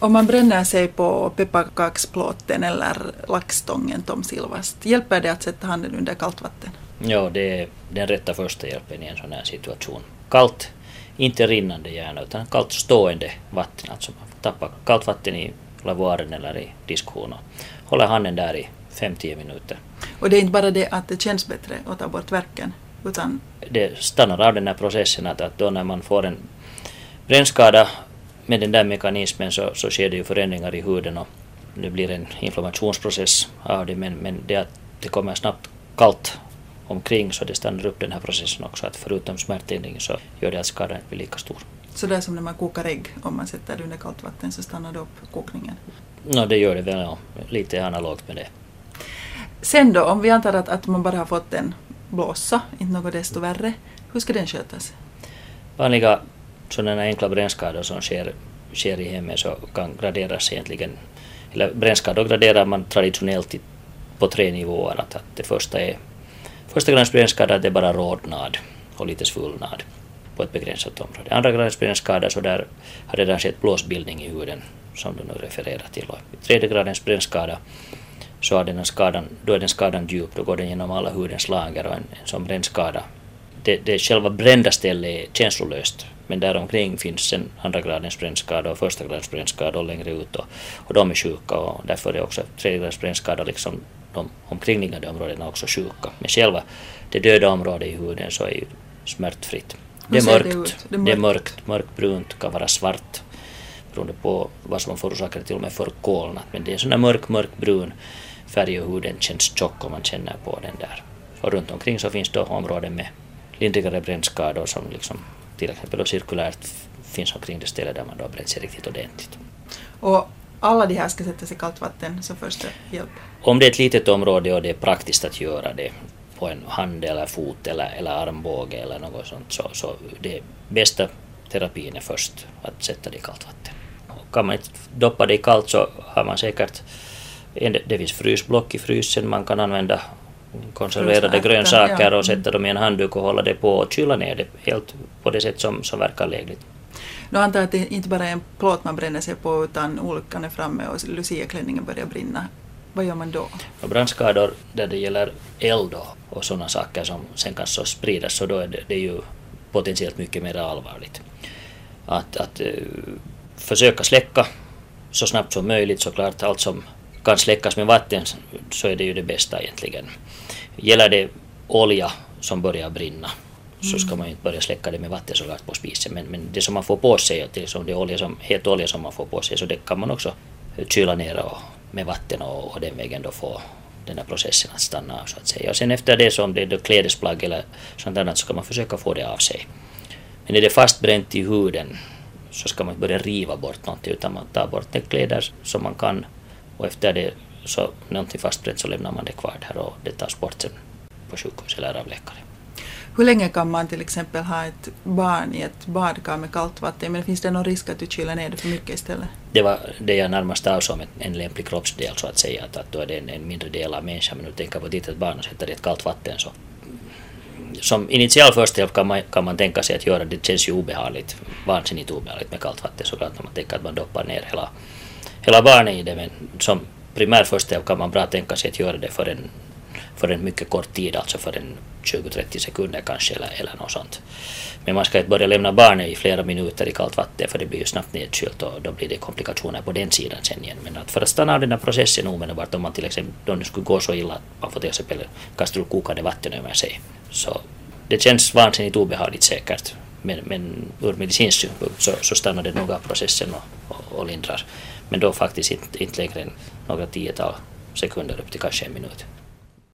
Om man bränner sig på pepparkaksplåten eller laxstången Tom Silvast, hjälper det att sätta handen under kallt vatten? Ja, det är den rätta första hjälpen i en sån här situation. Kallt, inte rinnande gärna, utan kallt stående vatten. Alltså man får tappa kallt vatten i lavoaren eller i diskhon och hålla handen där i 5-10 minuter. Och det är inte bara det att det känns bättre att ta bort värken, utan det stannar av den här processen att då när man får en brännskada med den där mekanismen så sker det ju förändringar i huden och det blir en inflammationsprocess av det, men det att det kommer snabbt kallt omkring så det stannar upp den här processen också, att förutom smärtlindring så gör det att skadan inte blir lika stor. Så det är som när man kokar ägg, om man sätter det under kallt vatten så stannar det upp kokningen? No, det gör det väl, ja. Lite analogt med det. Sen då, om vi antar att man bara har fått en blåsa, inte något desto värre, hur ska den skötas? Vanliga sådana enkla brännskador som sker i hemmet så kan graderas egentligen, eller brännskador graderar man traditionellt på 3 nivåer. Att det första gradens brännskada, det är bara rodnad och lite svullnad på ett begränsat område. Andra gradens brännskada, så där har redan skett blåsbildning i huden som du nu refererar till. Och i 3:e gradens brännskada så är den skadan djup, då går den genom alla hudens lager och en sån brännskada. Det själva brända stället är känslolöst, men där omkring finns en andra gradens brännskada och första gradens brännskada och längre ut och de är sjuka och därför är också 3:e gradens brännskada liksom de omkringliggande områdena också sjuka. Men själva det döda området i huden så är ju smärtfritt. Det är mörkbrunt, kan vara svart beroende på vad som förorsakar till och med förkolnat, men det är sån här mörkbrun färg och huden känns tjock om man känner på den där. Och runt omkring så finns då områden med lindrigare brännskador som liksom till exempel då cirkulärt finns omkring det stället där man då bränt sig riktigt ordentligt. Och alla de här ska sättas i kallt vatten som första hjälp? Om det är ett litet område och det är praktiskt att göra det på en hand eller fot eller armbåge eller något sånt, så det bästa terapin är först att sätta det i kallt vatten. Och kan man inte doppa det i kallt så har man säkert, det finns frysblock i frysen, man kan använda konserverade grönsaker och sätta dem i en handduk och hålla det på och kyla ner det helt på det sätt som verkar lägligt. Nu antar jag att det inte bara är en plåt man bränner sig på utan olyckan är framme och Lucia-klänningen börjar brinna. Vad gör man då? Och brandskador där det gäller eld och sådana saker som sen kan så spridas, så då är det ju potentiellt mycket mer allvarligt. Att försöka släcka så snabbt som möjligt, såklart allt som kan släckas med vatten så är det ju det bästa egentligen. Gäller det olja som börjar brinna så ska man ju inte börja släcka det med vatten såklart på spisen, men det som man får på sig, till som det het olja som man får på sig, så det kan man också kyla ner med vatten och den vägen då få den här processen att stanna av så att säga. Och sen efter det, som det är då klädesplagg eller sånt annat, så ska man försöka få det av sig. Men är det fastbränt i huden så ska man inte börja riva bort någonting, utan man tar bort de kläder som man kan och efter det så någonting fastbränt så lämnar man det kvar där och det tas bort sen på sjukhus eller av läkare. Hur länge kan man till exempel ha ett barn i ett badkar med kallt vatten, men finns det någon risk att du kyler ner det för mycket istället? Det var det jag närmast av som en lämplig kroppsdel så att säga, att då är det en mindre del av människan, men nu tänker på ett litet barn och sätter det i ett kallt vatten så som initial första kan man tänka sig att göra, det känns ju obehagligt, vansinnigt obehagligt med kallt vatten såklart när man tänker att man doppar ner hela barnet i det, men som primär första kan man bra tänka sig att göra det för en mycket kort tid, alltså för en 20-30 sekunder kanske eller något sånt. Men man ska inte börja lämna barnet i flera minuter i kallt vatten för det blir ju snabbt nedkylt och då blir det komplikationer på den sidan sen igen. Men att för att stanna av den här processen omedelbart, om man till exempel, då det skulle gå så illa att man får till exempel kasta upp kokande vatten över sig, så det känns vansinnigt obehagligt säkert, men ur medicinsk synpunkt så stannar det nog av processen och lindrar. Men då faktiskt inte längre än några 10-tal sekunder upp till kanske 1 minut.